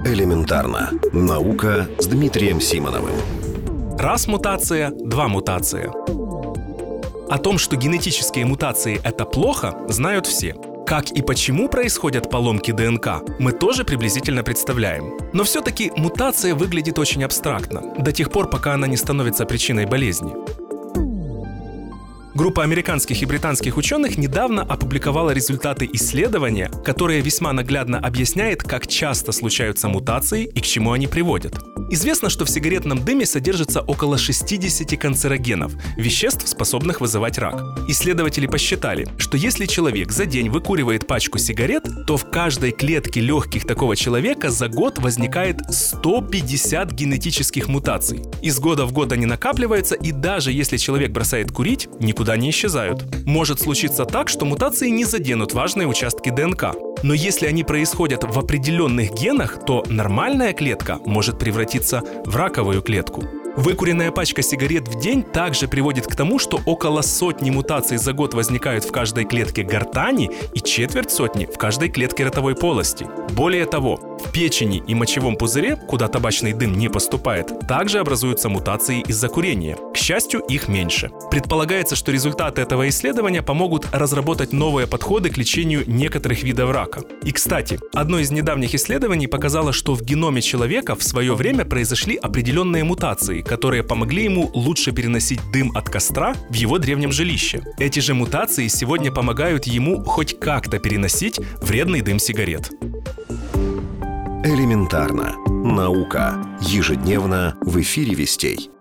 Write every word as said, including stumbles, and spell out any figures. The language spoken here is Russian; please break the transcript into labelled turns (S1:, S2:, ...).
S1: Элементарно. Наука с Дмитрием Симоновым.
S2: Раз мутация, два мутация. О том, что генетические мутации – это плохо, знают все. Как и почему происходят поломки ДНК, мы тоже приблизительно представляем. Но все-таки мутация выглядит очень абстрактно, до тех пор, пока она не становится причиной болезни. Группа американских и британских ученых недавно опубликовала результаты исследования, которое весьма наглядно объясняет, как часто случаются мутации и к чему они приводят. Известно, что в сигаретном дыме содержится около шестьдесят канцерогенов, веществ, способных вызывать рак. Исследователи посчитали, что если человек за день выкуривает пачку сигарет, то в каждой клетке легких такого человека за год возникает сто пятьдесят генетических мутаций. Из года в год они накапливаются, и даже если человек бросает курить, никуда не исчезают. Может случиться так, что мутации не заденут важные участки ДНК. Но если они происходят в определенных генах, то нормальная клетка может превратиться в раковую клетку. Выкуренная пачка сигарет в день также приводит к тому, что около сотни мутаций за год возникают в каждой клетке гортани и четверть сотни в каждой клетке ротовой полости. Более того, в печени и мочевом пузыре, куда табачный дым не поступает, также образуются мутации из-за курения. К счастью, их меньше. Предполагается, что результаты этого исследования помогут разработать новые подходы к лечению некоторых видов рака. И, кстати, одно из недавних исследований показало, что в геноме человека в свое время произошли определенные мутации, которые помогли ему лучше переносить дым от костра в его древнем жилище. Эти же мутации сегодня помогают ему хоть как-то переносить вредный дым сигарет.
S1: Элементарно. Наука. Ежедневно в эфире Вестей.